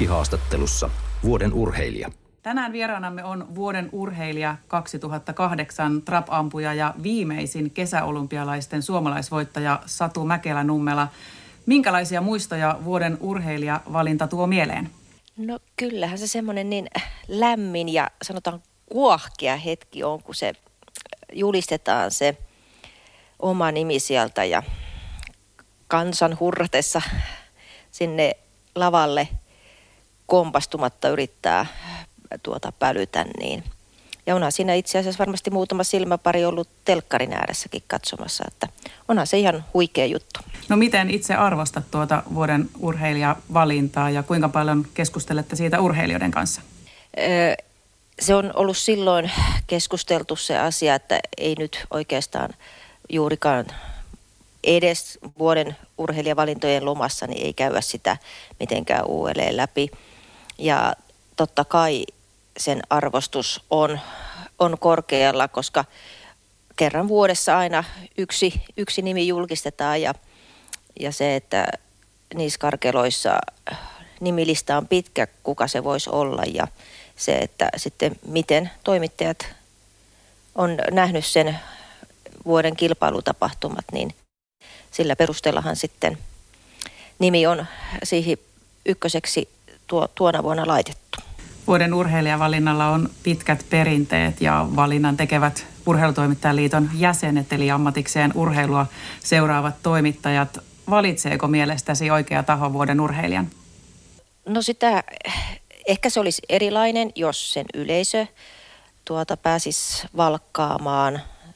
Arkkihaastattelussa vuoden urheilija. Tänään vieraanamme on vuoden urheilija 2008 trap-ampuja ja viimeisin kesäolympialaisten suomalaisvoittaja Satu Mäkelä-Nummela. Minkälaisia muistoja vuoden urheilijavalinta tuo mieleen? No kyllähän se semmoinen niin lämmin ja sanotaan kuohkea hetki on, kun se julistetaan se oma nimi sieltä ja kansan hurratessa sinne lavalle kompastumatta yrittää pälytä niin. Ja onhan siinä itse asiassa varmasti muutama silmäpari ollut telkkarin ääressäkin katsomassa, että onhan se ihan huikea juttu. No miten itse arvostat tuota vuoden urheilijavalintaa ja kuinka paljon keskustelette siitä urheilijoiden kanssa? Se on ollut silloin keskusteltu se asia, että ei nyt oikeastaan juurikaan edes vuoden urheilijavalintojen lomassa niin ei käydä sitä mitenkään uudelleen läpi. Ja totta kai sen arvostus on korkealla, koska kerran vuodessa aina yksi nimi julkistetaan ja se, että niissä karkeloissa nimilista on pitkä, kuka se voisi olla ja se, että sitten miten toimittajat on nähnyt sen vuoden kilpailutapahtumat, niin sillä perusteellahan sitten nimi on siihen ykköseksi tuona vuonna laitettu. Vuoden urheilijavalinnalla on pitkät perinteet ja valinnan tekevät Urheilutoimittajaliiton jäsenet eli ammatikseen urheilua seuraavat toimittajat. Valitseeko mielestäsi oikea taho vuoden urheilijan? No sitä, ehkä se olisi erilainen, jos sen yleisö pääsisi valkkaamaan.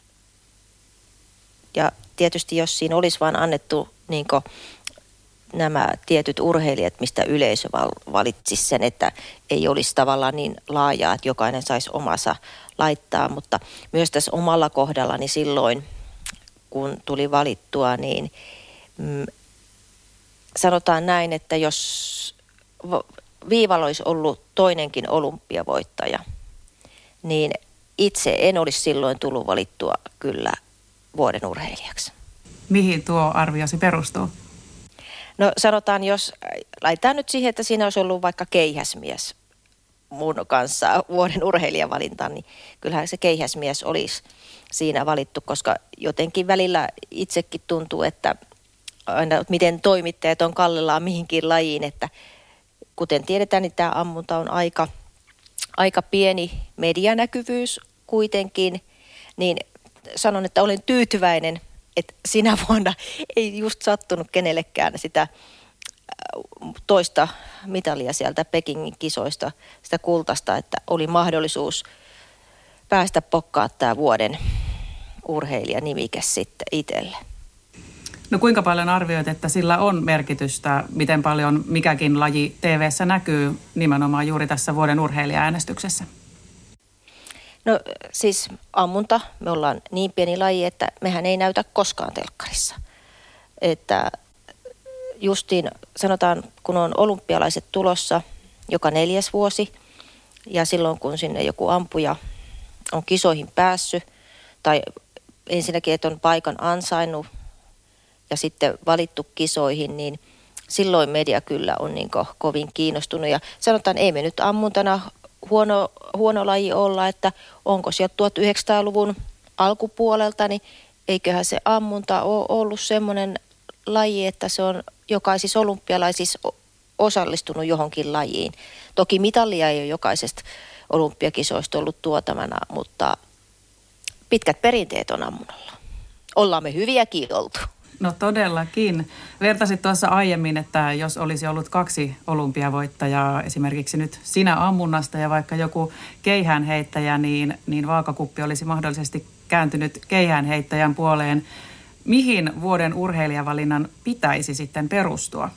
Ja tietysti jos siinä olisi vain annettu nämä tietyt urheilijat, mistä yleisö valitsisi sen, että ei olisi tavallaan niin laajaa, että jokainen saisi omansa laittaa. Mutta myös tässä omalla kohdallani silloin, kun tuli valittua, niin sanotaan näin, että jos viivalla olisi ollut toinenkin olympiavoittaja, niin itse en olisi silloin tullut valittua kyllä vuoden urheilijaksi. Mihin tuo arviosi perustuu? No sanotaan, jos laitetaan nyt siihen, että siinä olisi ollut vaikka keihäsmies mun kanssa vuoden urheilijavalintaan, niin kyllähän se keihäsmies olisi siinä valittu, koska jotenkin välillä itsekin tuntuu, että aina miten toimittajat on kallellaan mihinkin lajiin, että kuten tiedetään, niin tämä ammunta on aika pieni medianäkyvyys kuitenkin, niin sanon, että olen tyytyväinen, että sinä vuonna ei just sattunut kenellekään sitä toista mitalia sieltä Pekingin kisoista, sitä kultaista, että oli mahdollisuus päästä pokkaa tämä vuoden urheilijanimike sitten itselle. No kuinka paljon arvioit, että sillä on merkitystä, miten paljon mikäkin laji TV:ssä näkyy nimenomaan juuri tässä vuoden urheilijaäänestyksessä? No siis ammunta, me ollaan niin pieni laji, että mehän ei näytä koskaan telkkarissa. Että justiin sanotaan, kun on olympialaiset tulossa joka 4. vuosi ja silloin kun sinne joku ampuja on kisoihin päässyt tai ensinnäkin, että on paikan ansainnut ja sitten valittu kisoihin, niin silloin media kyllä on kovin kiinnostunut. Ja sanotaan, ei me nyt ammuntana huono laji olla, että onko sieltä 1900-luvun alkupuolelta, niin eiköhän se ammunta ole ollut semmoinen laji, että se on jokaisissa olympialaisissa osallistunut johonkin lajiin. Toki mitalia ei ole jokaisesta olympiakisoista ollut tuotavana, mutta pitkät perinteet on ammunnalla. Ollaan me hyviäkin oltu. No todellakin. Vertasit tuossa aiemmin, että jos olisi ollut 2 olympiavoittajaa, esimerkiksi nyt sinä ammunnasta ja vaikka joku keihäänheittäjä, niin vaakakuppi olisi mahdollisesti kääntynyt keihäänheittäjän puoleen. Mihin vuoden urheilijavalinnan pitäisi sitten perustua?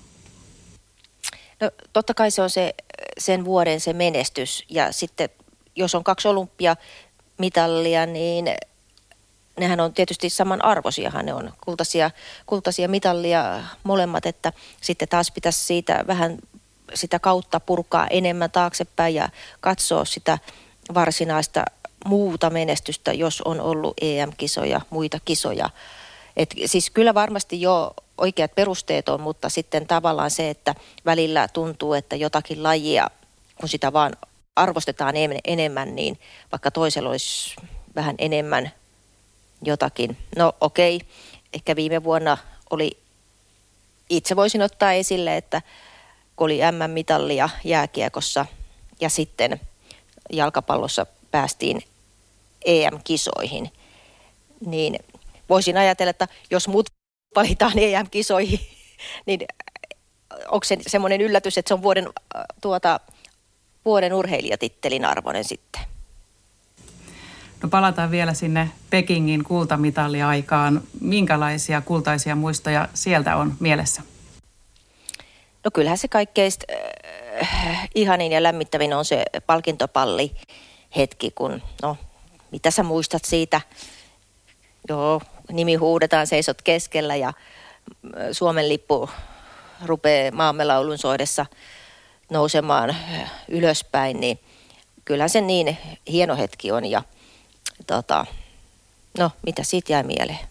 No totta kai se on sen vuoden se menestys ja sitten jos on 2 olympiamitalia, niin nehän on tietysti samanarvoisiahan, ne on kultaisia mitallia molemmat, että sitten taas pitäisi siitä vähän sitä kautta purkaa enemmän taaksepäin ja katsoa sitä varsinaista muuta menestystä, jos on ollut EM-kisoja, muita kisoja. Et siis kyllä varmasti jo oikeat perusteet on, mutta sitten tavallaan se, että välillä tuntuu, että jotakin lajia, kun sitä vaan arvostetaan enemmän, niin vaikka toisella olisi vähän enemmän jotakin. No okei, ehkä viime vuonna oli, itse voisin ottaa esille, että kun oli MM-mitallia jääkiekossa ja sitten jalkapallossa päästiin EM-kisoihin, niin voisin ajatella, että jos mut valitaan EM-kisoihin, niin onko se semmoinen yllätys, että se on vuoden urheilijatittelin arvoinen sitten? No palataan vielä sinne Pekingin kultamitaliaikaan. Minkälaisia kultaisia muistoja sieltä on mielessä? No kyllähän se kaikkein ihanin ja lämmittävin on se palkintopalli hetki, kun mitä sä muistat siitä? Joo, nimi huudetaan, seisot keskellä ja Suomen lippu rupeaa maamme laulun soidessa nousemaan ylöspäin, niin kyllähän se niin hieno hetki on ja mitä siitä jää mieleen?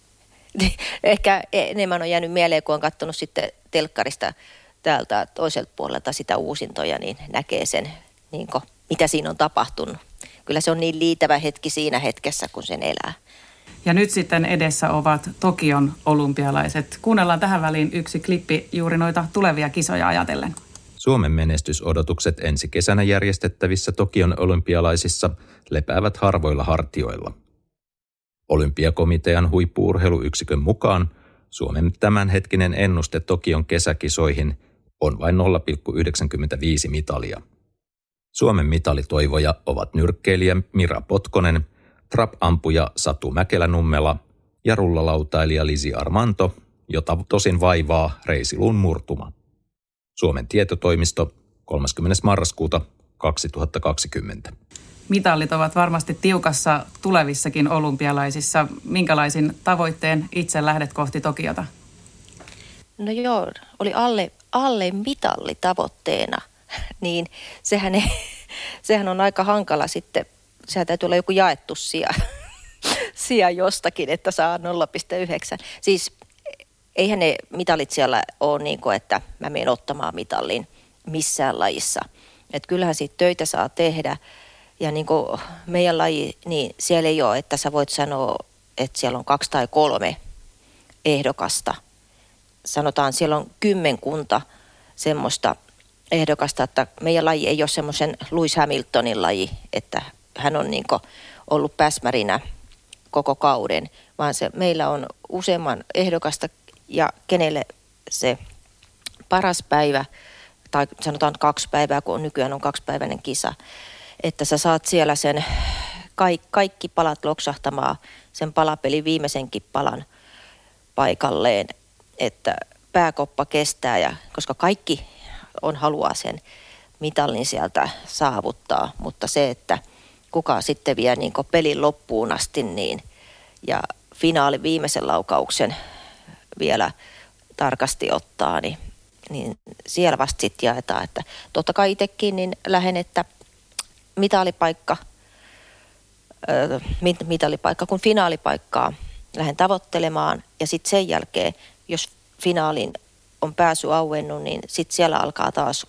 Ehkä enemmän on jäänyt mieleen, kun on katsonut sitten telkkarista täältä toiselta puolelta sitä uusintoja, niin näkee sen, mitä siinä on tapahtunut. Kyllä se on niin liitävä hetki siinä hetkessä, kun sen elää. Ja nyt sitten edessä ovat Tokion olympialaiset. Kuunnellaan tähän väliin yksi klippi juuri noita tulevia kisoja ajatellen. Suomen menestysodotukset ensi kesänä järjestettävissä Tokion olympialaisissa lepäävät harvoilla hartioilla. Olympiakomitean huippu-urheiluyksikön mukaan Suomen tämänhetkinen ennuste Tokion kesäkisoihin on vain 0,95 mitalia. Suomen mitalitoivoja ovat nyrkkeilijä Mira Potkonen, trap-ampuja Satu Mäkelä-Nummela ja rullalautailija Lisi Armanto, jota tosin vaivaa reisiluun murtuma. Suomen tietotoimisto 30. marraskuuta 2020. Mitallit ovat varmasti tiukassa tulevissakin olympialaisissa. Minkälaisin tavoitteen itse lähdet kohti Tokiota? No joo, oli alle mitalli tavoitteena, niin sehän on aika hankala sitten. Sehän täytyy olla joku jaettu sija jostakin, että saa 0,9. Siis eihän ne mitalit siellä ole niin kuin, että mä menen ottamaan mitallin missään lajissa. Että kyllähän siitä töitä saa tehdä. Ja niin kuin meidän laji, niin siellä ei ole, että sä voit sanoa, että siellä on 2 tai 3 ehdokasta. Sanotaan, siellä on 10 semmoista ehdokasta, että meidän laji ei ole semmoisen Lewis Hamiltonin laji, että hän on niin kuin ollut päsmärinä koko kauden, vaan meillä on useamman ehdokasta ja kenelle se paras päivä, tai sanotaan 2 päivää, kun nykyään on 2-päiväinen kisa, että sä saat siellä sen kaikki palat loksahtamaan sen palapelin viimeisenkin palan paikalleen, että pääkoppa kestää, ja koska kaikki haluaa sen mitallin sieltä saavuttaa, mutta se, että kuka sitten vie niin kuin pelin loppuun asti niin, ja finaali viimeisen laukauksen vielä tarkasti ottaa, niin siellä vasta sitten jaetaan, että totta kai itsekin niin lähden, että mitalipaikka kuin finaalipaikkaa lähden tavoittelemaan ja sitten sen jälkeen, jos finaalin on pääsy auennut, niin sitten siellä alkaa taas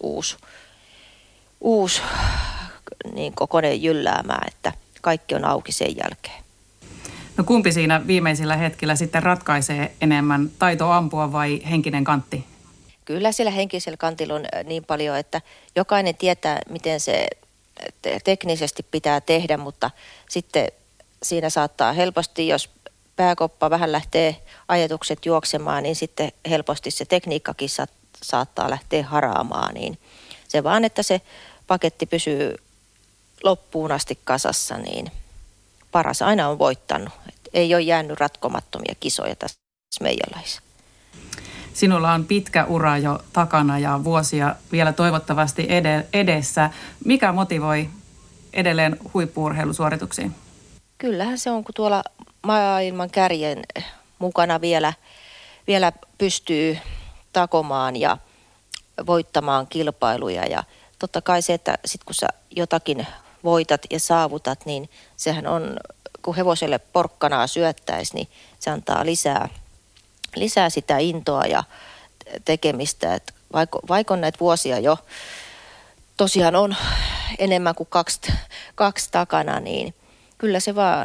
uusi niin kone jylläämään, että kaikki on auki sen jälkeen. No kumpi siinä viimeisillä hetkillä sitten ratkaisee enemmän, taito ampua vai henkinen kantti? Kyllä siellä henkisellä kantilla on niin paljon, että jokainen tietää, miten se teknisesti pitää tehdä, mutta sitten siinä saattaa helposti, jos pääkoppa vähän lähtee ajatukset juoksemaan, niin sitten helposti se tekniikkakin saattaa lähteä haraamaan. Niin se vaan, että se paketti pysyy loppuun asti kasassa, niin paras aina on voittanut. Ei ole jäänyt ratkomattomia kisoja tässä meidän laissa. Sinulla on pitkä ura jo takana ja vuosia vielä toivottavasti edessä. Mikä motivoi edelleen huippu-urheilusuorituksiin? Kyllähän se on, kun tuolla maailman kärjen mukana vielä pystyy takomaan ja voittamaan kilpailuja. Ja totta kai se, että sit kun sä jotakin voitat ja saavutat, niin sehän on, kun hevoselle porkkanaa syöttäisi, niin se antaa lisää sitä intoa ja tekemistä. Että vaikka on näitä vuosia jo tosiaan on enemmän kuin kaksi takana, niin kyllä se vaan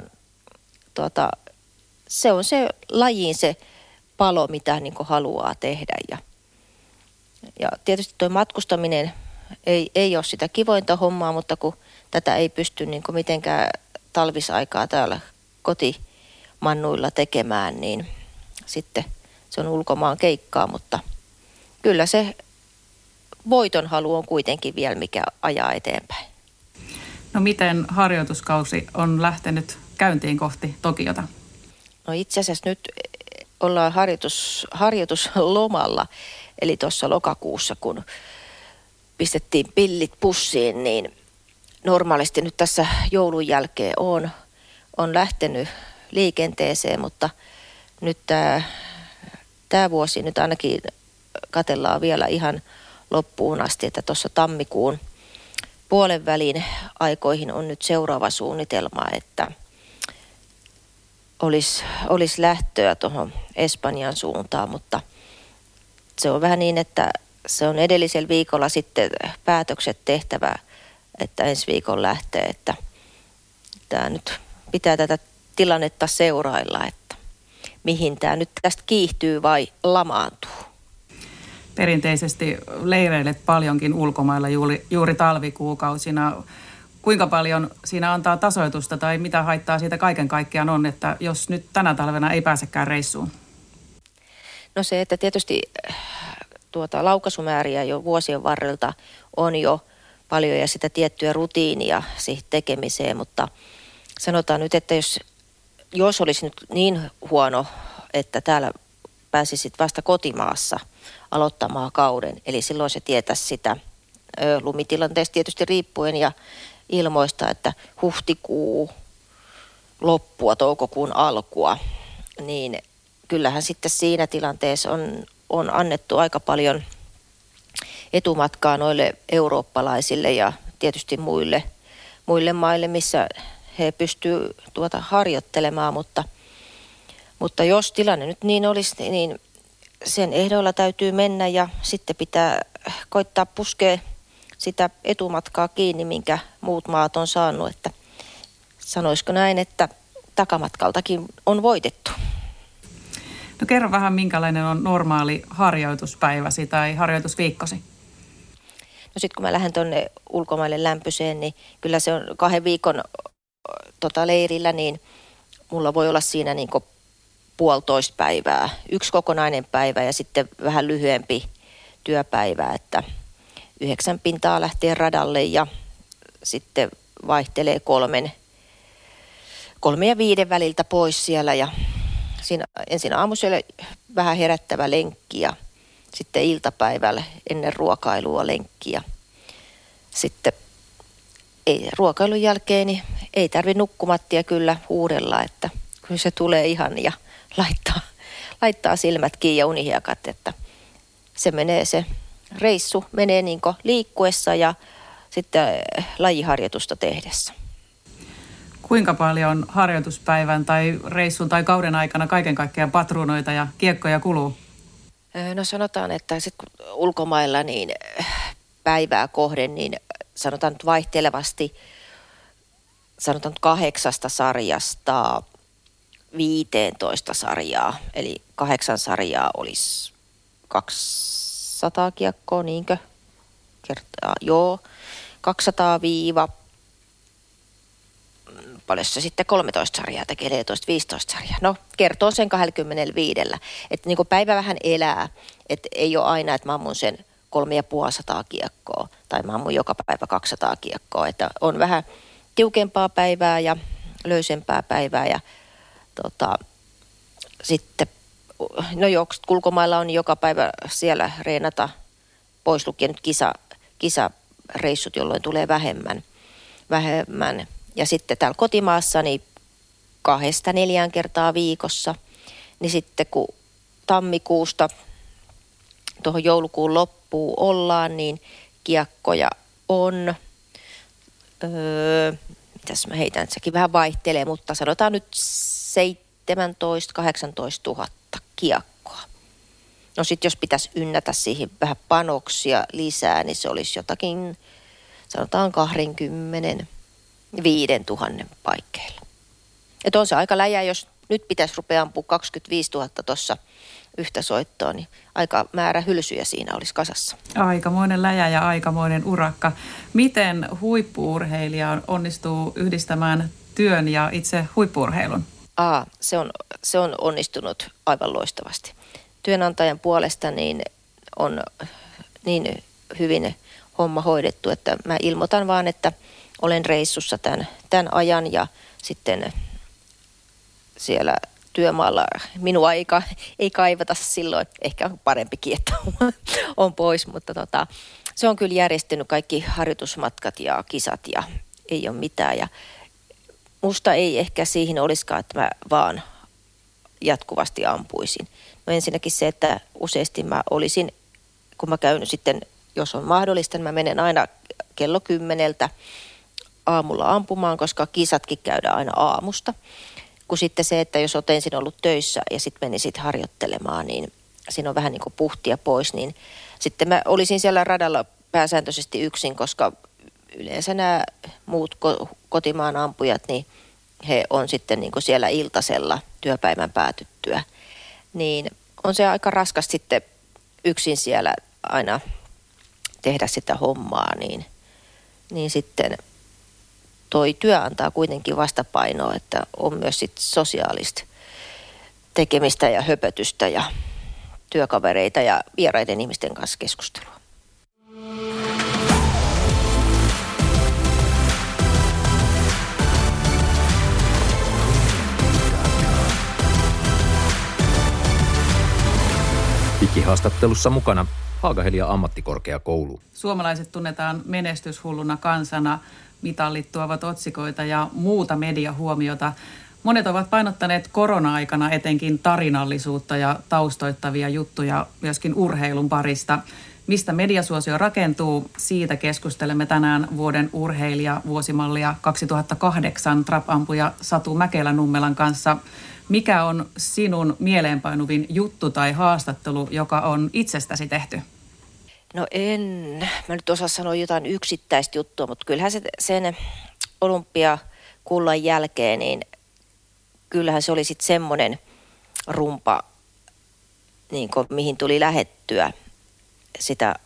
se on se lajiin se palo, mitä niin kuin haluaa tehdä. Ja tietysti tuo matkustaminen ei ole sitä kivointa hommaa, mutta kun tätä ei pysty niin kuin mitenkään talvisaikaa täällä kotimannuilla tekemään, niin sitten se on ulkomaan keikkaa, mutta kyllä se voiton halu on kuitenkin vielä mikä ajaa eteenpäin. No miten harjoituskausi on lähtenyt käyntiin kohti Tokiota? No itse asiassa nyt ollaan harjoituslomalla, eli tuossa lokakuussa, kun pistettiin pillit pussiin, niin normaalisti nyt tässä joulun jälkeen on lähtenyt liikenteeseen, mutta nyt tämä vuosi nyt ainakin katsellaan vielä ihan loppuun asti, että tuossa tammikuun puolen välin aikoihin on nyt seuraava suunnitelma, että olisi lähtöä tuohon Espanjan suuntaan, mutta se on vähän niin, että se on edellisellä viikolla sitten päätökset tehtävä, että ensi viikon lähtee, että tämä nyt pitää tätä tilannetta seurailla, että mihin tämä nyt tästä kiihtyy vai lamaantuu. Perinteisesti leireilet paljonkin ulkomailla juuri talvikuukausina. Kuinka paljon siinä antaa tasoitusta tai mitä haittaa siitä kaiken kaikkiaan on, että jos nyt tänä talvena ei pääsekään reissuun? No se, että tietysti laukaisumääriä jo vuosien varrelta on jo paljon ja sitä tiettyä rutiinia siihen tekemiseen, mutta sanotaan nyt, että jos olisi nyt niin huono, että täällä pääsisit vasta kotimaassa aloittamaan kauden, eli silloin se tietäisi sitä lumitilanteesta tietysti riippuen ja ilmoista, että huhtikuu loppua, toukokuun alkua, niin kyllähän sitten siinä tilanteessa on annettu aika paljon etumatkaa noille eurooppalaisille ja tietysti muille maille, missä he pystyvät harjoittelemaan, mutta jos tilanne nyt niin olisi, niin sen ehdoilla täytyy mennä ja sitten pitää koittaa puskea sitä etumatkaa kiinni, minkä muut maat on saanut, että sanoisiko näin, että takamatkaltakin on voitettu. No kerro vähän, minkälainen on normaali harjoituspäiväsi tai harjoitusviikkosi? No sitten kun mä lähden tuonne ulkomaille lämpöiseen, niin kyllä se on 2 viikon leirillä, niin mulla voi olla siinä niin kuin 1,5 päivää. 1 kokonainen päivä ja sitten vähän lyhyempi työpäivä, että 9 pintaa lähtee radalle ja sitten vaihtelee 3 ja 5 väliltä pois siellä ja siinä ensin aamusella vähän herättävä lenkki ja sitten iltapäivällä ennen ruokailua lenkki ja sitten ruokailun jälkeen niin ei tarvitse nukkumattia kyllä huudella, että kyllä se tulee ihan ja laittaa silmät kiinni ja unihiekat, että se reissu menee niin kuin liikkuessa ja sitten lajiharjoitusta tehdessä. Kuinka paljon harjoituspäivän tai reissun tai kauden aikana kaiken kaikkiaan patruunoita ja kiekkoja kuluu? No sanotaan, että sitten kun ulkomailla niin päivää kohden, niin sanotaan nyt vaihtelevasti, sanotaan 8 sarjasta 15 sarjaa, eli 8 sarjaa olisi 200 kiekkoa, niinkö? Joo, 200 paljon se sitten 13 sarjaa tekee, 14-15 sarjaa. No, kertoo sen 25. Että niin kuin päivä vähän elää, että ei ole aina, että mä ammun sen 350 kiekkoa tai mä ammun joka päivä 200 kiekkoa. Että on vähän tiukempaa päivää ja löysempää päivää ja sitten, no ulkomailla on joka päivä siellä reenata, pois lukien nyt kisareissut, jolloin tulee vähemmän. Ja sitten täällä kotimaassa niin 2-4 kertaa viikossa, niin sitten kun tammikuusta tuohon joulukuun loppuun ollaan, niin kiekkoja on, mitäs mä heitän, sekin vähän vaihtelee, mutta sanotaan nyt 17 000–18 000 kiekkoa. No sitten jos pitäisi ynnätä siihen vähän panoksia lisää, niin se olisi jotakin, sanotaan 25 000 paikkeilla. Että on se aika läjä, jos nyt pitäisi rupea ampua 25 000 tuossa yhtä soittoa, niin aika määrä hylsyjä siinä olisi kasassa. Aikamoinen läjä ja aikamoinen urakka. Miten huippu-urheilija onnistuu yhdistämään työn ja itse huippu-urheilun? Se on onnistunut aivan loistavasti. Työnantajan puolesta niin on niin hyvin homma hoidettu, että mä ilmoitan vaan, että olen reissussa tämän ajan ja sitten siellä työmaalla minua ei kaivata silloin. Ehkä on parempikin, että on pois, mutta se on kyllä järjestynyt kaikki harjoitusmatkat ja kisat ja ei ole mitään. Ja musta ei ehkä siihen olisikaan, että mä vaan jatkuvasti ampuisin. No ensinnäkin se, että useasti mä olisin, kun mä käyn sitten, jos on mahdollista, niin mä menen aina kello 10 aamulla ampumaan, koska kisatkin käydään aina aamusta. Kun sitten se, että jos olet ensin ollut töissä ja sitten menisit harjoittelemaan, niin siinä on vähän niin kuin puhtia pois, niin sitten mä olisin siellä radalla pääsääntöisesti yksin, koska yleensä nämä muut kotimaan ampujat, niin he on sitten niin kuin siellä iltasella työpäivän päätyttyä. Niin on se aika raskas sitten yksin siellä aina tehdä sitä hommaa, niin sitten toi työ antaa kuitenkin vastapainoa, että on myös sit sosiaalista tekemistä ja höpötystä ja työkavereita ja vieraiden ihmisten kanssa keskustelua. Digihaastattelussa mukana Haaga-Helia ammattikorkeakoulu. Suomalaiset tunnetaan menestyshulluna kansana. Mitallit tuovat otsikoita ja muuta mediahuomiota. Monet ovat painottaneet korona-aikana etenkin tarinallisuutta ja taustoittavia juttuja myöskin urheilun parista. Mistä mediasuosio rakentuu, siitä keskustelemme tänään vuoden urheilija vuosimallia 2008 trap-ampuja Satu Mäkelä-Nummelan kanssa. Mikä on sinun mieleenpainuvin juttu tai haastattelu, joka on itsestäsi tehty? No mä nyt osaa sanoa jotain yksittäistä juttua, mutta kyllähän sen olympiakullan jälkeen, niin kyllähän se oli sitten semmoinen rumpa, niin mihin tuli lähettyä sitä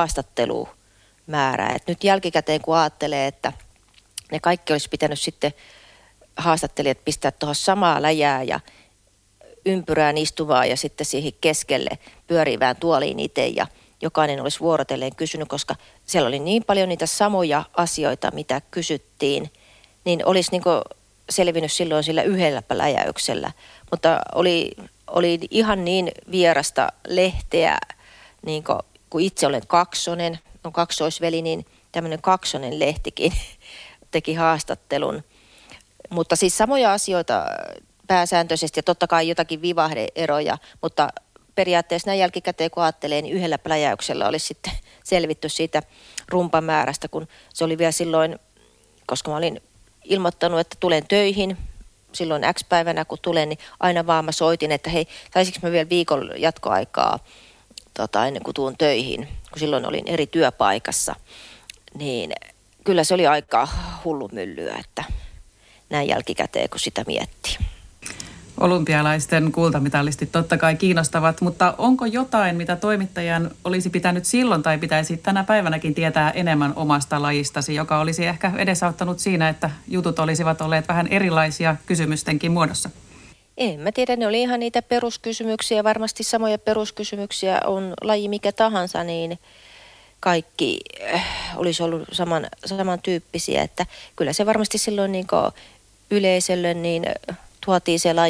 haastattelumäärää. Et nyt jälkikäteen kun ajattelee, että ne kaikki olisi pitänyt sitten haastattelijat pistää tuohon samaa läjää ja ympyrään istumaan ja sitten siihen keskelle pyörivään tuoliin itse ja jokainen olisi vuorotelleen kysynyt, koska siellä oli niin paljon niitä samoja asioita, mitä kysyttiin, niin olisi niin kuin selvinnyt silloin sillä yhdellä läjäyksellä. Mutta oli ihan niin vierasta lehteä, niin kun itse olen kaksonen, on kaksoisveli, niin tämmöinen kaksonen lehtikin teki haastattelun. Mutta siis samoja asioita pääsääntöisesti ja totta kai jotakin vivahde-eroja, mutta periaatteessa näin jälkikäteen, kun ajattelee, niin yhdellä pläjäyksellä olisi sitten selvitty siitä rumpamäärästä, kun se oli vielä silloin, koska mä olin ilmoittanut, että tulen töihin, silloin X-päivänä kun tulen, niin aina vaan mä soitin, että hei, saisinko mä vielä viikon jatkoaikaa ennen kuin tuun töihin, kun silloin olin eri työpaikassa, niin kyllä se oli aika hullumyllyä, että näin jälkikäteen, kun sitä miettii. Olympialaisten kultamitalistit totta kai kiinnostavat, mutta onko jotain, mitä toimittajan olisi pitänyt silloin tai pitäisi tänä päivänäkin tietää enemmän omasta lajistasi, joka olisi ehkä edesauttanut siinä, että jutut olisivat olleet vähän erilaisia kysymystenkin muodossa? En mä tiedä, ne oli ihan niitä peruskysymyksiä, varmasti samoja peruskysymyksiä on laji mikä tahansa, niin kaikki olisi ollut samantyyppisiä, että kyllä se varmasti silloin niin kuin yleisölle niin tuotiin se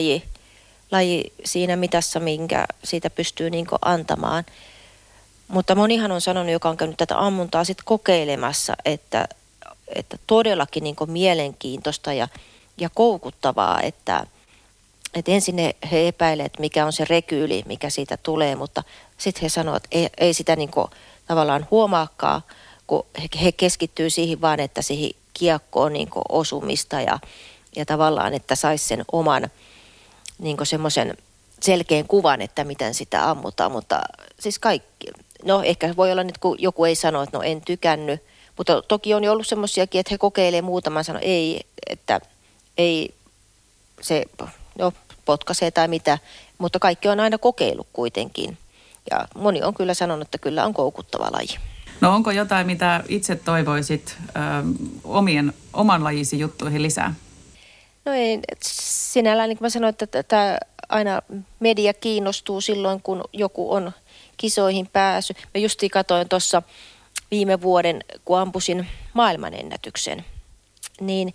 laji siinä mitassa, minkä siitä pystyy niin kuin antamaan. Mutta monihan on sanonut, joka on käynyt tätä ammuntaa sitten kokeilemassa, että todellakin niin kuin mielenkiintoista ja koukuttavaa, että ensin he epäilevät, että mikä on se rekyyli, mikä siitä tulee, mutta sitten he sanovat, että ei sitä niin kuin tavallaan huomaakaan, kun he keskittyy siihen vaan, että siihen kiekkoon niin kuin osumista ja tavallaan, että saisi sen oman niin semmoisen selkeän kuvan, että miten sitä ammutaan, mutta siis kaikki. No ehkä voi olla nyt, kun joku ei sano, että no en tykännyt, mutta toki on jo ollut semmoisiakin, että he kokeilee muutaman sano ei, että ei se potkaisee tai mitä, mutta kaikki on aina kokeillut kuitenkin. Ja moni on kyllä sanonut, että kyllä on koukuttava laji. No onko jotain, mitä itse toivoisit oman lajisi juttuihin lisää? No ei, sinällään niin kuin mä sanoin, että tämä aina media kiinnostuu silloin, kun joku on kisoihin päässyt. Mä justiin katsoin tuossa viime vuoden, kun ampusin maailmanennätyksen, niin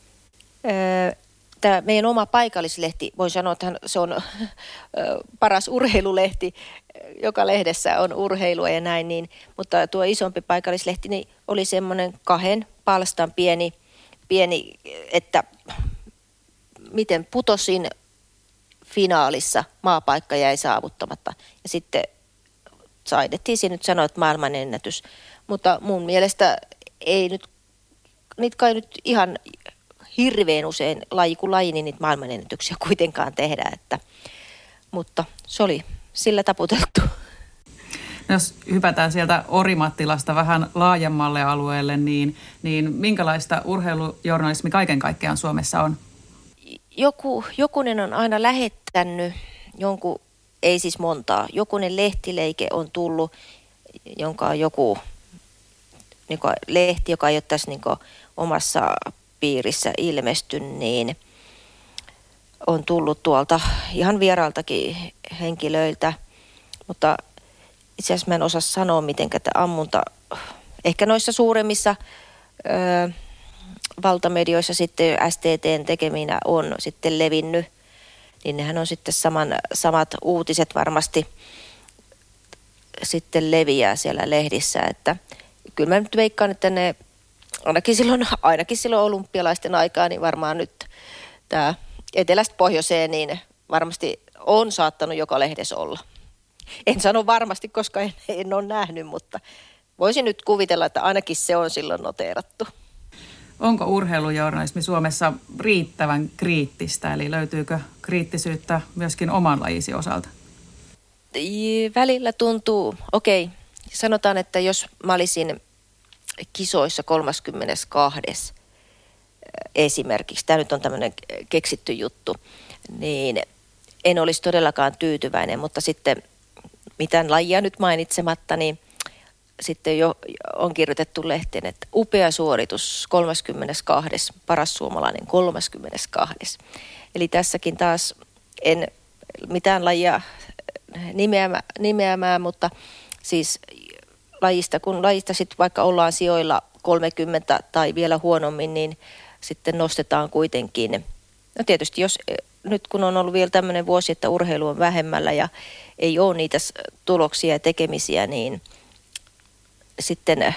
tämä meidän oma paikallislehti, voin sanoa, että se on paras urheilulehti, joka lehdessä on urheilua ja näin, niin, mutta tuo isompi paikallislehti niin oli semmoinen 2 palstan pieni, että miten putosin finaalissa, maapaikka jäi saavuttamatta. Ja sitten saidettiin siinä nyt sanoa, että maailmanennätys. Mutta mun mielestä ei nyt, niitä kai nyt ihan hirveän usein laji kuin laji, niin niitä maailmanennätyksiä kuitenkaan tehdä. Mutta se oli sillä taputeltu. Jos hypätään sieltä Orimattilasta vähän laajemmalle alueelle, niin minkälaista urheilujournalismi kaiken kaikkiaan Suomessa on? Jokunen on aina lähettänyt jonkun, ei siis montaa, jokunen lehtileike on tullut, jonka on joku lehti, joka ei ole tässä omassa piirissä ilmestynyt, niin on tullut tuolta ihan vieraaltakin henkilöiltä, mutta itse asiassa mä en osaa sanoa, miten tämä ammunta, ehkä noissa suuremmissa valtamedioissa sitten STT:n tekeminä on sitten levinnyt, niin nehän on sitten samat uutiset varmasti sitten leviää siellä lehdissä, että kyllä mä nyt veikkaan, että ne ainakin silloin olympialaisten aikaa, niin varmaan nyt tämä etelästä pohjoiseen, niin varmasti on saattanut joka lehdessä olla. En sano varmasti, koska en ole nähnyt, mutta voisin nyt kuvitella, että ainakin se on silloin noteerattu. Onko urheilujournalismi Suomessa riittävän kriittistä, eli löytyykö kriittisyyttä myöskin oman lajisi osalta? Välillä tuntuu, sanotaan, että jos mä olisin kisoissa 32. esimerkiksi, tämä nyt on tämmöinen keksitty juttu, niin en olisi todellakaan tyytyväinen, mutta sitten mitään lajia nyt mainitsematta, niin sitten jo on kirjoitettu lehteen, että upea suoritus 32. paras suomalainen 32. Eli tässäkin taas en mitään lajia nimeämään, mutta siis kun lajista sitten vaikka ollaan sijoilla 30 tai vielä huonommin, niin sitten nostetaan kuitenkin. No tietysti jos nyt kun on ollut vielä tämmöinen vuosi, että urheilu on vähemmällä ja ei ole niitä tuloksia ja tekemisiä, niin sitten,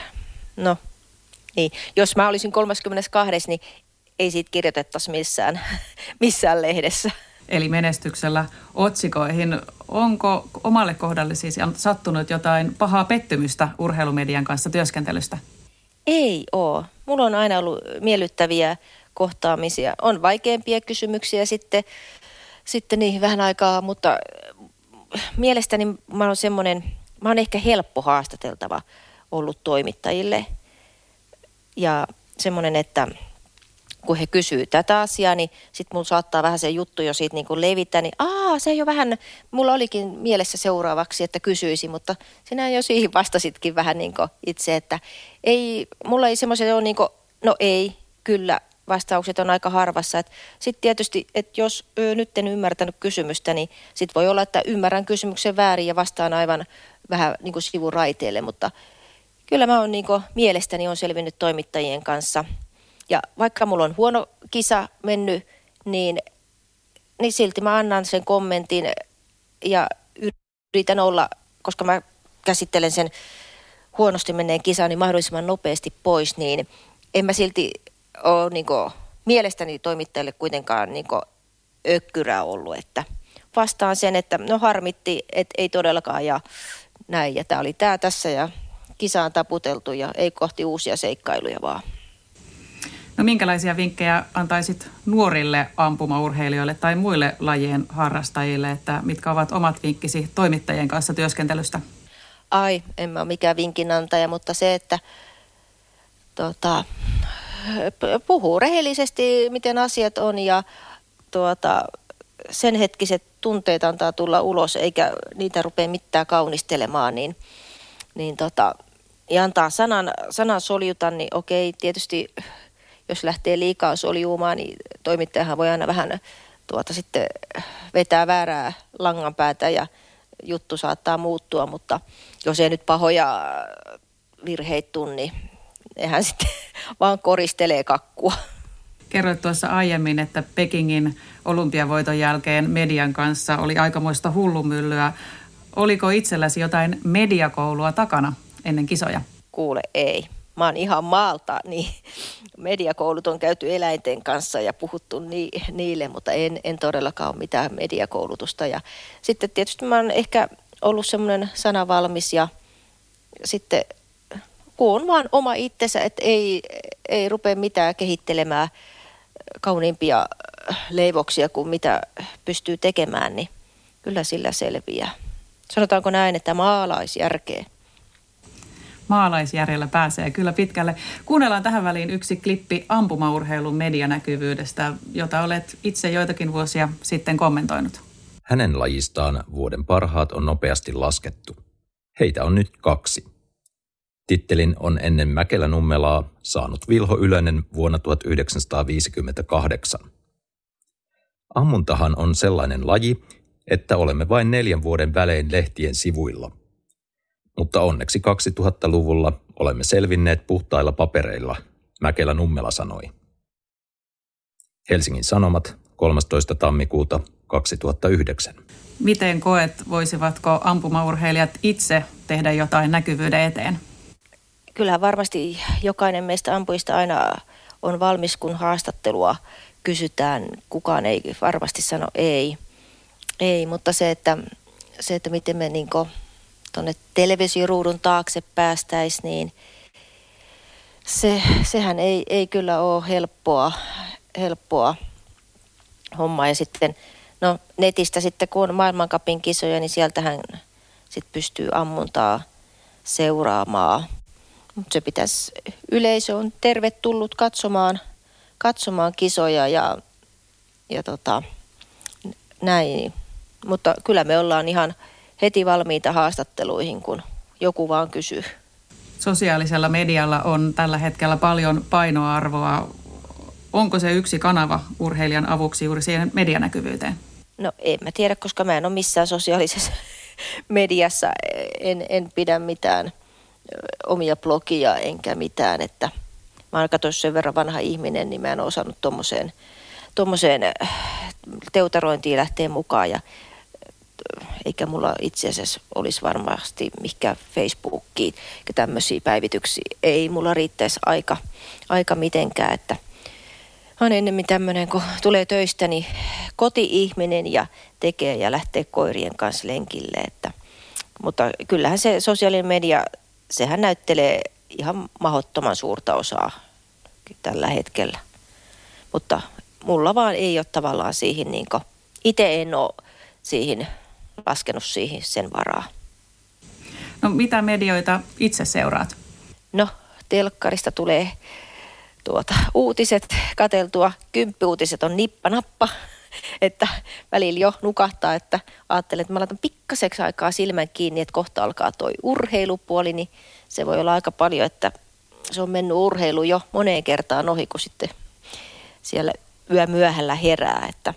niin, jos mä olisin 32, niin ei siitä kirjoitettaisi missään lehdessä. Eli menestyksellä otsikoihin. Onko omalle kohdalle siis sattunut jotain pahaa pettymystä urheilumedian kanssa työskentelystä? Ei ole. Mulla on aina ollut miellyttäviä kohtaamisia. On vaikeampia kysymyksiä sitten niihin vähän aikaa, mutta mielestäni mä oon ehkä helppo haastateltava ollut toimittajille. Ja semmoinen, että kun he kysyy tätä asiaa, niin sitten mulla saattaa vähän se juttu jo siitä niin kuin levitä, niin se jo vähän, mulla olikin mielessä seuraavaksi, että kysyisin, mutta sinä jo siihen vastasitkin vähän niin kuin itse, että mulla ei semmoisia ole niin kuin, no ei, kyllä, vastaukset on aika harvassa. Sitten tietysti, että jos nyt en ymmärtänyt kysymystä, niin sitten voi olla, että ymmärrän kysymyksen väärin ja vastaan aivan vähän niin kuin sivuraiteelle, mutta kyllä mä oon niin kuin mielestäni on selvinnyt toimittajien kanssa. Ja vaikka mulla on huono kisa mennyt, niin silti mä annan sen kommentin ja yritän olla, koska mä käsittelen sen huonosti menneen kisan niin mahdollisimman nopeasti pois, niin en mä silti ole niin kuin, mielestäni toimittajille kuitenkaan niin kuin ökkyrää ollut, että vastaan sen, että no harmitti, että ei todellakaan ja näin. Ja tää oli tässä ja kisaan taputeltu ja ei kohti uusia seikkailuja vaan. No minkälaisia vinkkejä antaisit nuorille ampumaurheilijoille tai muille lajien harrastajille, että mitkä ovat omat vinkkisi toimittajien kanssa työskentelystä? En mä ole mikään vinkinantaja, mutta se, että puhuu rehellisesti, miten asiat on ja sen hetkiset tunteet antaa tulla ulos, eikä niitä rupea mitään kaunistelemaan, ja antaa sanan soljuta, niin okei, tietysti jos lähtee liikaa soljuumaan, niin toimittajahan voi aina vähän sitten vetää väärää langanpäätä ja juttu saattaa muuttua, mutta jos ei nyt pahoja virheitä tule, niin eihän sitten vaan koristelee kakkua. Kerroit tuossa aiemmin, että Pekingin olympiavoiton jälkeen median kanssa oli aikamoista hullumyllyä. Oliko itselläsi jotain mediakoulua takana ennen kisoja? Kuule, ei. Mä oon ihan maalta, niin mediakoulut on käyty eläinten kanssa ja puhuttu niille, mutta en todellakaan ole mitään mediakoulutusta. Ja sitten tietysti mä oon ehkä ollut semmoinen sanavalmis ja sitten kun on vaan oma itsensä, että ei rupea mitään kehittelemään kauniimpia leivoksia kuin mitä pystyy tekemään, niin kyllä sillä selviää. Sanotaanko näin, että maalaisjärkeä. Maalaisjärjellä pääsee kyllä pitkälle. Kuunnellaan tähän väliin yksi klippi ampumaurheilun medianäkyvyydestä, jota olet itse joitakin vuosia sitten kommentoinut. Hänen lajistaan vuoden parhaat on nopeasti laskettu. Heitä on nyt 2. Tittelin on ennen Mäkelä Nummelaa saanut Vilho Ylönen vuonna 1958. Ammuntahan on sellainen laji, että olemme vain 4 vuoden välein lehtien sivuilla. Mutta onneksi 2000-luvulla olemme selvinneet puhtailla papereilla, Mäkelä Nummela sanoi. Helsingin Sanomat, 13. tammikuuta 2009. Miten koet, voisivatko ampumaurheilijat itse tehdä jotain näkyvyyden eteen? Kyllähän varmasti jokainen meistä ampujista aina on valmis, kun haastattelua kysytään. Kukaan ei varmasti sano ei. Ei, mutta se, että miten me tuonne televisioruudun taakse päästäisiin, niin sehän ei kyllä ole helppoa hommaa. Ja sitten netistä sitten, kun on maailmancupin kisoja, niin sieltähän sitten pystyy ammuntaa seuraamaan. Mutta se pitäisi, yleisö on tervetullut katsomaan kisoja ja näin. Mutta kyllä me ollaan ihan heti valmiita haastatteluihin, kun joku vaan kysyy. Sosiaalisella medialla on tällä hetkellä paljon painoarvoa. Onko se yksi kanava urheilijan avuksi juuri siihen medianäkyvyyteen? No en mä tiedä, koska mä en ole missään sosiaalisessa mediassa. En pidä mitään omia blogia enkä mitään, että mä oon katsonut sen verran vanha ihminen, niin mä en ole osannut tommoseen teutarointiin lähteä mukaan ja eikä mulla itse asiassa olisi varmasti mikään Facebookiin ja tämmöisiä päivityksiä. Ei mulla riittäisi aika mitenkään, että on ennemmin tämmöinen, kun tulee töistä, niin koti-ihminen ja tekee ja lähtee koirien kanssa lenkille. Mutta kyllähän se sosiaalinen media, sehän näyttelee ihan mahdottoman suurta osaa tällä hetkellä. Mutta mulla vaan ei ole tavallaan siihen, itse en ole siihen laskenut siihen sen varaa. No mitä medioita itse seuraat? No telkkarista tulee uutiset katseltua. Kymppiuutiset on nippanappa, että välillä jo nukahtaa, että ajattelen, että mä laitan pikkaseksi aikaa silmän kiinni, että kohta alkaa toi urheilupuoli, niin se voi olla aika paljon, että se on mennyt urheilu jo moneen kertaan ohi, kun sitten siellä yömyöhällä herää, että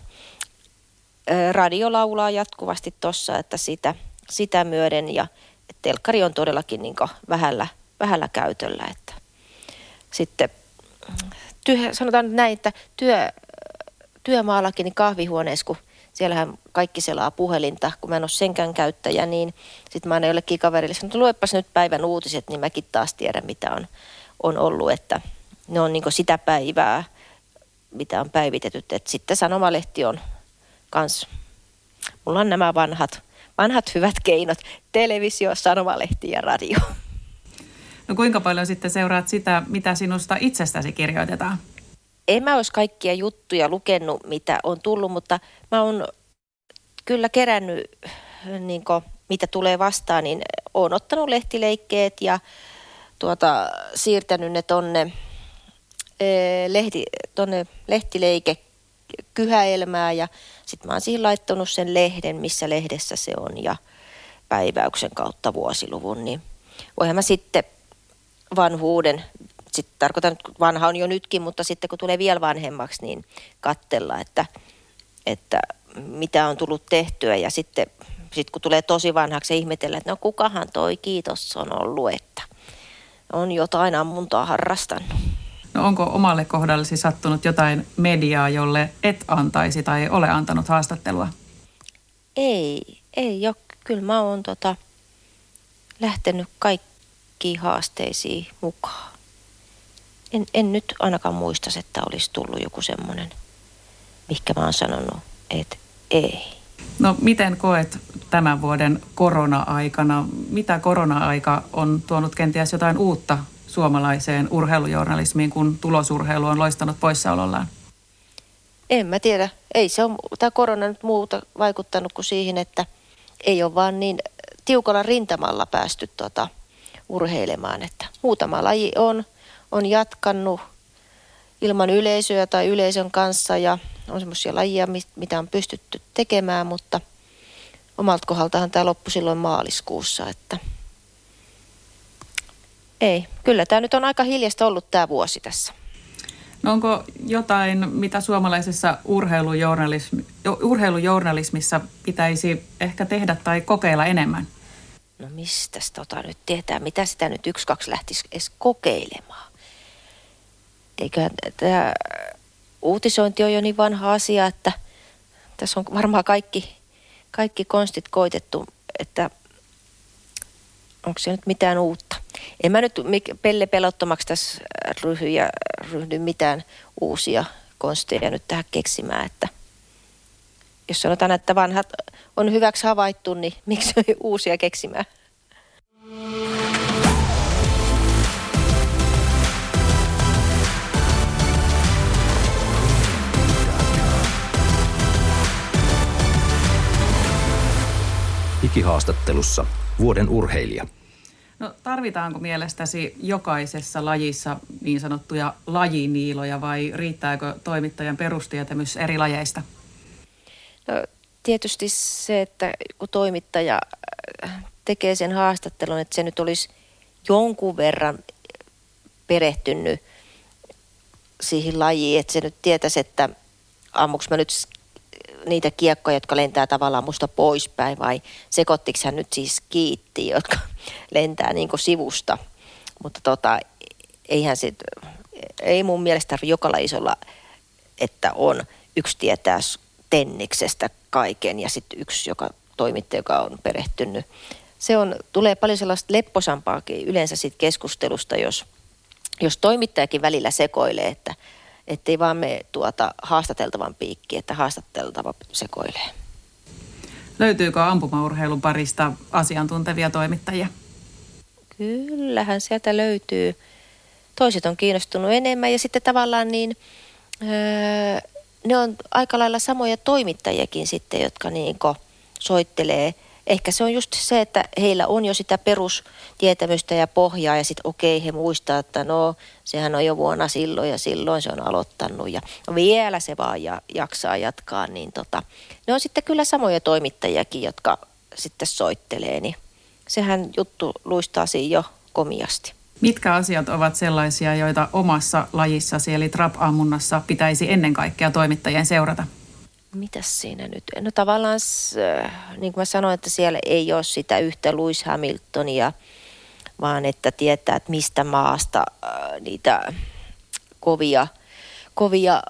radio laulaa jatkuvasti tuossa, että sitä myöden ja telkkari on todellakin vähällä käytöllä. Että sitten sanotaan näin, että työmaallakin niin kahvihuoneessa, kun siellähän kaikki selaa puhelinta, kun mä en ole senkään käyttäjä, niin sitten mä aina jollekin kaverille sanon, että luepas nyt päivän uutiset, niin mäkin taas tiedän, mitä on ollut, että ne on sitä päivää, mitä on päivitetty, että sitten sanomalehti on kans. Mulla on nämä vanhat hyvät keinot, televisio, sanomalehti ja radio. No kuinka paljon sitten seuraat sitä, mitä sinusta itsestäsi kirjoitetaan? en mä olisi kaikkia juttuja lukenut, mitä on tullut, mutta mä oon kyllä kerännyt, niin kuin, mitä tulee vastaan, niin oon ottanut lehtileikkeet ja siirtänyt ne tonne lehtileikekyhäelmään ja sitten mä oon siihen laittanut sen lehden, missä lehdessä se on ja päiväyksen kautta vuosiluvun, niin voihan mä sitten vanhuuden, sitten tarkoitan, että vanha on jo nytkin, mutta sitten kun tulee vielä vanhemmaksi, niin katsella, että mitä on tullut tehtyä ja sitten kun tulee tosi vanhaksi ja ihmetellä, että no kukahan toi kiitos on ollut, että on jotain ammuntaa harrastanut. No onko omalle kohdallesi sattunut jotain mediaa, jolle et antaisi tai ole antanut haastattelua? Ei ole. Kyllä mä oon lähtenyt kaikkiin haasteisiin mukaan. En nyt ainakaan muista, että olisi tullut joku semmoinen, mihinkä mä oon sanonut, että ei. No miten koet tämän vuoden korona-aikana? Mitä korona-aika on tuonut kenties jotain uutta suomalaiseen urheilujournalismiin, kun tulosurheilu on loistanut poissaolollaan? En mä tiedä. Ei se ole tämä korona nyt muuta vaikuttanut kuin siihen, että ei ole vaan niin tiukalla rintamalla päästy urheilemaan. Että muutama laji on jatkanut ilman yleisöä tai yleisön kanssa ja on semmoisia lajia, mitä on pystytty tekemään, mutta omalta kohdaltahan tämä loppui silloin maaliskuussa, että ei. Kyllä tämä nyt on aika hiljasta ollut tämä vuosi tässä. No onko jotain, mitä suomalaisessa urheilujournalismissa pitäisi ehkä tehdä tai kokeilla enemmän? No mistäs nyt tietää, mitä sitä nyt 1-2 lähtisi edes kokeilemaan? Eiköhän tämä uutisointi on jo niin vanha asia, että tässä on varmaan kaikki konstit koitettu, että onko se nyt mitään uutta. En mä nyt pellepelottomaksi tässä ryhdy mitään uusia konsteja nyt tähän keksimään, että jos sanotaan, että vanhat on hyväksi havaittu, niin miksi uusia keksimään? Ikihaastattelussa vuoden urheilija. No tarvitaanko mielestäsi jokaisessa lajissa niin sanottuja lajiniiloja vai riittääkö toimittajan perustietämys eri lajeista? No, tietysti se, että kun toimittaja tekee sen haastattelun, että se nyt olisi jonkun verran perehtynyt siihen lajiin, että se nyt tietäisi, että ammuks mä nyt niitä kiekkoja, jotka lentää tavallaan musta poispäin vai sekoittiko hän nyt siis kiittiä, jotka lentää niin kuin sivusta. Mutta ei mun mielestä tarvitse joka lajissa, että on yksi tietää tenniksestä kaiken ja sitten yksi toimittaja, joka on perehtynyt. Tulee paljon sellaista lepposampaakin yleensä siitä keskustelusta, jos toimittajakin välillä sekoilee, ettei vaan me haastateltavan piikkiin, että haastateltava sekoilee. Löytyykö ampumaurheilun parista asiantuntevia toimittajia? Kyllähän sieltä löytyy. Toiset on kiinnostunut enemmän ja sitten tavallaan ne on aika lailla samoja toimittajakin sitten, jotka soittelee. Ehkä se on just se, että heillä on jo sitä perustietämystä ja pohjaa ja sitten he muistaa, että no sehän on jo vuonna silloin ja silloin se on aloittanut ja vielä se vaan jaksaa jatkaa. Niin ne on sitten kyllä samoja toimittajakin, jotka sitten soittelee, niin sehän juttu luistaa siinä jo komiasti. Mitkä asiat ovat sellaisia, joita omassa lajissasi eli trap-ammunnassa pitäisi ennen kaikkea toimittajien seurata? Mitäs siinä nyt? No tavallaan, niin kuin mä sanoin, että siellä ei ole sitä yhtä Lewis Hamiltonia, vaan että tietää, että mistä maasta niitä kovia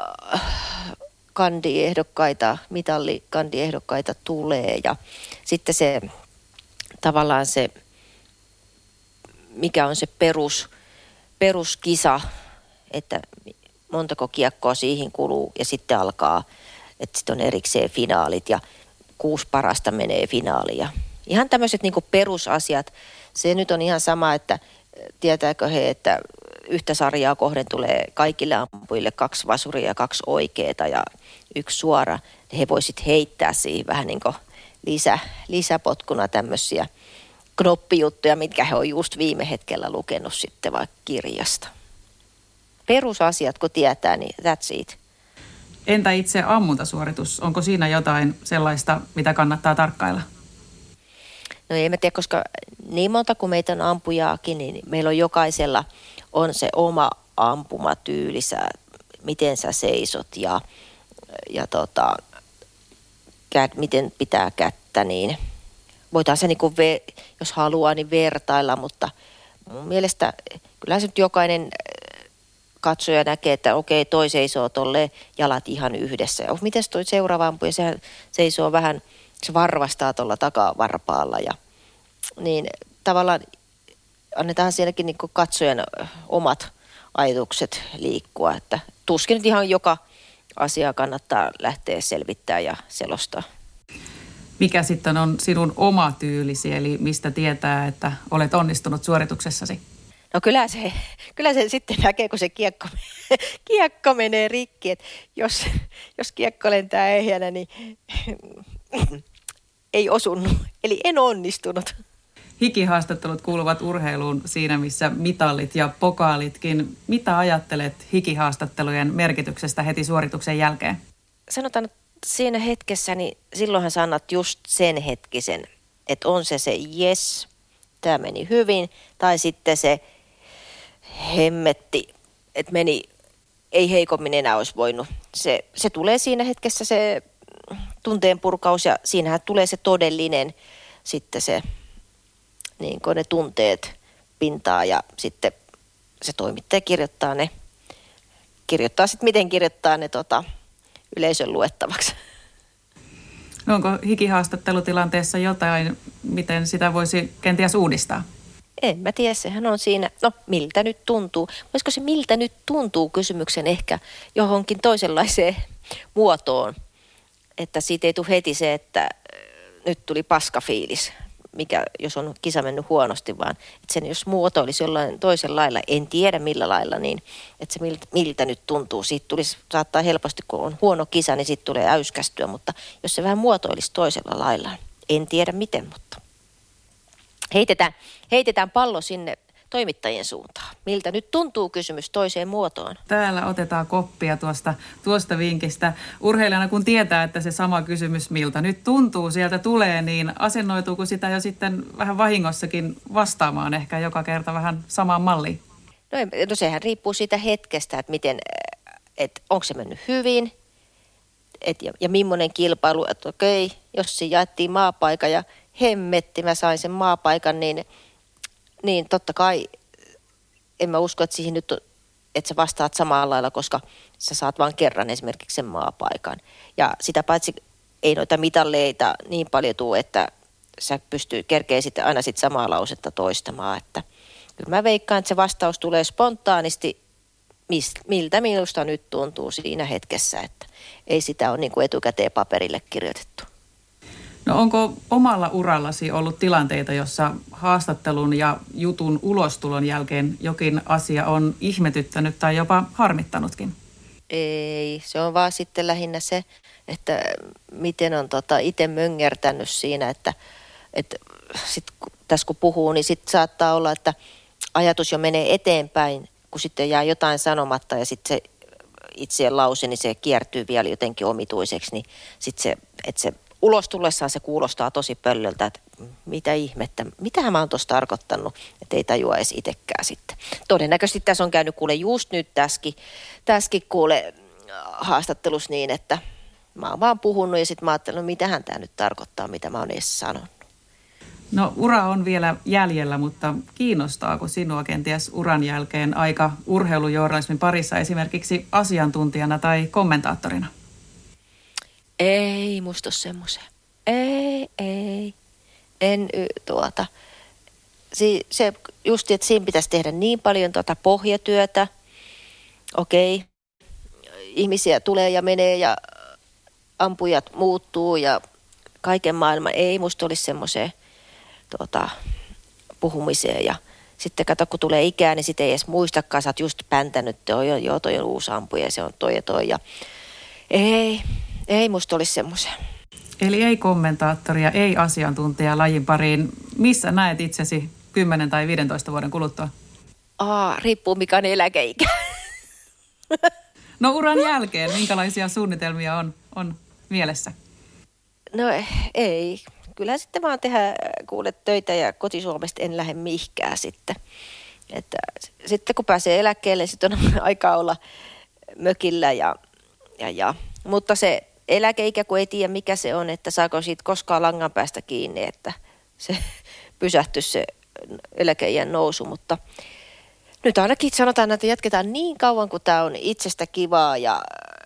mitallikandiehdokkaita tulee. Ja sitten se tavallaan se, mikä on se peruskisa, että montako kiekkoa siihen kuluu ja sitten alkaa, että sitten on erikseen finaalit ja 6 parasta menee finaaliin. Ja ihan tämmöiset niin kuin perusasiat, se nyt on ihan sama, että tietääkö he, että yhtä sarjaa kohden tulee kaikille ampujille 2 vasuria ja 2 oikeeta ja 1 suora. He voisit heittää siihen vähän niin kuin lisäpotkuna tämmöisiä knoppijuttuja, mitkä he on just viime hetkellä lukenut sitten vaikka kirjasta. Perusasiat, kun tietää, niin that's it. Entä itse ammuntasuoritus? Onko siinä jotain sellaista, mitä kannattaa tarkkailla? No en mä tiedä, koska niin monta kuin meitä on ampujaakin, niin meillä on jokaisella on se oma ampumatyyli, miten sä seisot ja miten pitää kättä, niin voidaan se niin kuin jos haluaa, niin vertailla, mutta mun mielestä kyllähän se nyt jokainen katsoja näkee, että okei, toi seisoo tolleen jalat ihan yhdessä. Ja miten toi seuraava ampuja, sehän seisoo vähän, se varvastaa tuolla takavarpaalla ja niin tavallaan annetaan sielläkin niin kuin katsojan omat ajatukset liikkua, että tuskin nyt ihan joka asia kannattaa lähteä selvittämään ja selostaa. Mikä sitten on sinun oma tyylisi, eli mistä tietää, että olet onnistunut suorituksessasi? No kyllä se sitten näkee, kun se kiekko menee rikki, että jos kiekko lentää ehjänä, niin ei osunut, eli en onnistunut. Hikihaastattelut kuuluvat urheiluun siinä, missä mitallit ja pokaalitkin. Mitä ajattelet hikihaastattelujen merkityksestä heti suorituksen jälkeen? Sanotaan, että siinä hetkessä, niin silloinhan sä annat just sen hetkisen, että on se jes, tämä meni hyvin, tai sitten se hemmetti, että ei heikommin enää olisi voinut. Se tulee siinä hetkessä se tunteen purkaus ja siinähän tulee se todellinen sitten se, niin kuin ne tunteet pintaa ja sitten se toimittaja kirjoittaa sitten miten kirjoittaa ne yleisön luettavaksi. No onko hikihaastattelutilanteessa jotain, miten sitä voisi kenties uudistaa? En mä tiedä, sehän on siinä, no miltä nyt tuntuu. Voisiko se miltä nyt tuntuu kysymyksen ehkä johonkin toisenlaiseen muotoon, että siitä ei tule heti se, että nyt tuli paskafiilis, mikä jos on kisa mennyt huonosti, vaan että sen jos muoto olisi jollain toisella lailla, en tiedä millä lailla, niin että se miltä nyt tuntuu. Siitä saattaa helposti, kun on huono kisa, niin siitä tulee äyskästyä, mutta jos se vähän muotoilisi toisella lailla, en tiedä miten, mutta heitetään pallo sinne toimittajien suuntaan. Miltä nyt tuntuu kysymys toiseen muotoon? Täällä otetaan koppia tuosta vinkistä. Urheilijana kun tietää, että se sama kysymys miltä nyt tuntuu sieltä tulee, niin asennoituuko sitä jo sitten vähän vahingossakin vastaamaan ehkä joka kerta vähän samaan malliin? No sehän riippuu siitä hetkestä, että onko se mennyt hyvin ja millainen kilpailu, että okei, jos se jaettiin maapaikka ja hemmetti, mä sain sen maapaikan, niin totta kai en mä usko, että siihen nyt, että sä vastaat samalla lailla, koska sä saat vain kerran esimerkiksi sen maapaikan. Ja sitä paitsi ei noita mitalleita niin paljon tule, että sä kerkee sitten aina sit samaa lausetta toistamaan. Että kyllä mä veikkaan, että se vastaus tulee spontaanisti, miltä minusta nyt tuntuu siinä hetkessä, että ei sitä ole niin kuin etukäteen paperille kirjoitettu. No onko omalla urallasi ollut tilanteita, jossa haastattelun ja jutun ulostulon jälkeen jokin asia on ihmetyttänyt tai jopa harmittanutkin? Ei, se on vaan sitten lähinnä se, että miten on itse möngertänyt siinä, että sit, tässä kun puhuu, niin sitten saattaa olla, että ajatus jo menee eteenpäin, kun sitten jää jotain sanomatta ja sitten se itse lause, niin se kiertyy vielä jotenkin omituiseksi, niin sitten se ulos tullessaan se kuulostaa tosi pöllöltä, että mitä ihmettä, mitähän mä oon tuossa tarkoittanut, että ei tajua edes itsekään sitten. Todennäköisesti tässä on käynyt kuule just nyt tässäkin kuule haastattelussa niin, että mä oon vaan puhunut ja sitten mä ajattelin, no mitähän tämä nyt tarkoittaa, mitä mä oon edes sanonut. No ura on vielä jäljellä, mutta kiinnostaako sinua kenties uran jälkeen aika urheilujournalismin parissa esimerkiksi asiantuntijana tai kommentaattorina? Ei musta ole semmoisia. Ei. Se just, että siinä pitäisi tehdä niin paljon pohjatyötä. Okei. Ihmisiä tulee ja menee ja ampujat muuttuu ja kaiken maailman. Ei musta olisi semmoiseen puhumiseen ja sitten kato, kun tulee ikää, niin sitten ei edes muistakaan, sä oot just päntänyt, joo, toi on uusi ampuja, se on toi ja toi. Ja ei musta olisi semmoisen. Eli ei kommentaattoria, ei asiantuntija lajin pariin. Missä näet itsesi 10 tai 15 vuoden kuluttua? Riippuu mikä on eläkeikä. No uran jälkeen, minkälaisia suunnitelmia on mielessä? No ei. Kyllä sitten vaan tehdä kuule töitä ja kotisuomesta en lähde mihinkään sitten. Että sitten kun pääsee eläkkeelle, sitten on aikaa olla mökillä mutta se eläkeikä, kun ei tiedä mikä se on, että saako siitä koskaan langan päästä kiinni, että se pysähtyisi se eläkeiän nousu, mutta nyt ainakin sanotaan, että jatketaan niin kauan, kun tämä on itsestä kivaa ja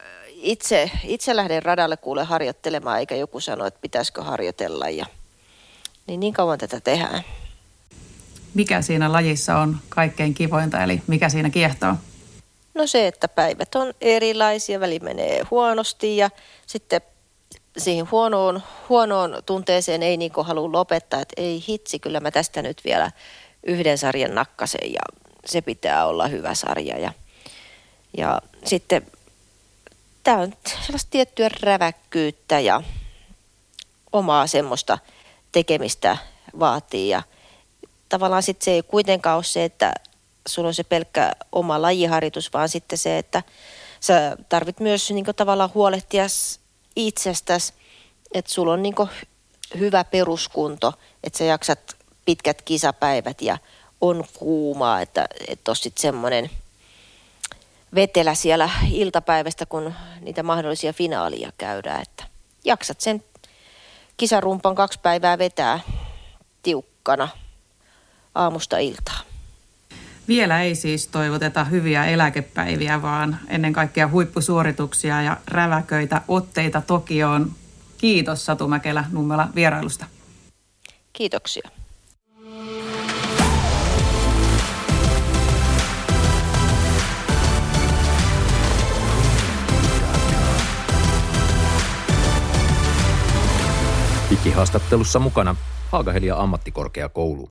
itse lähden radalle kuule harjoittelemaan, eikä joku sano, että pitäisikö harjoitella ja niin kauan tätä tehdään. Mikä siinä lajissa on kaikkein kivointa, eli mikä siinä kiehtoo? No se, että päivät on erilaisia, väli menee huonosti ja sitten siihen huonoon tunteeseen ei niin kuin halua lopettaa, että ei hitsi, kyllä mä tästä nyt vielä yhden sarjan nakkasen ja se pitää olla hyvä sarja. Ja sitten tämä on sellaista tiettyä räväkkyyttä ja omaa semmoista tekemistä vaatii ja tavallaan sitten se ei kuitenkaan ole se, että sulla on se pelkkä oma lajiharjoitus, vaan sitten se, että sä tarvit myös niin kuin tavallaan huolehtia itsestäsi, että sulla on niin kuin hyvä peruskunto, että sä jaksat pitkät kisapäivät ja on kuumaa, että on sitten semmoinen vetelä siellä iltapäivästä, kun niitä mahdollisia finaalia käydään, että jaksat sen kisarumpan 2 päivää vetää tiukkana aamusta iltaan. Vielä ei siis toivoteta hyviä eläkepäiviä, vaan ennen kaikkea huippusuorituksia ja räväköitä otteita Tokioon. Kiitos Satu Mäkelä Nummela vierailusta. Kiitoksia. Digihaastattelussa mukana Haaga-Helia ammattikorkeakoulu.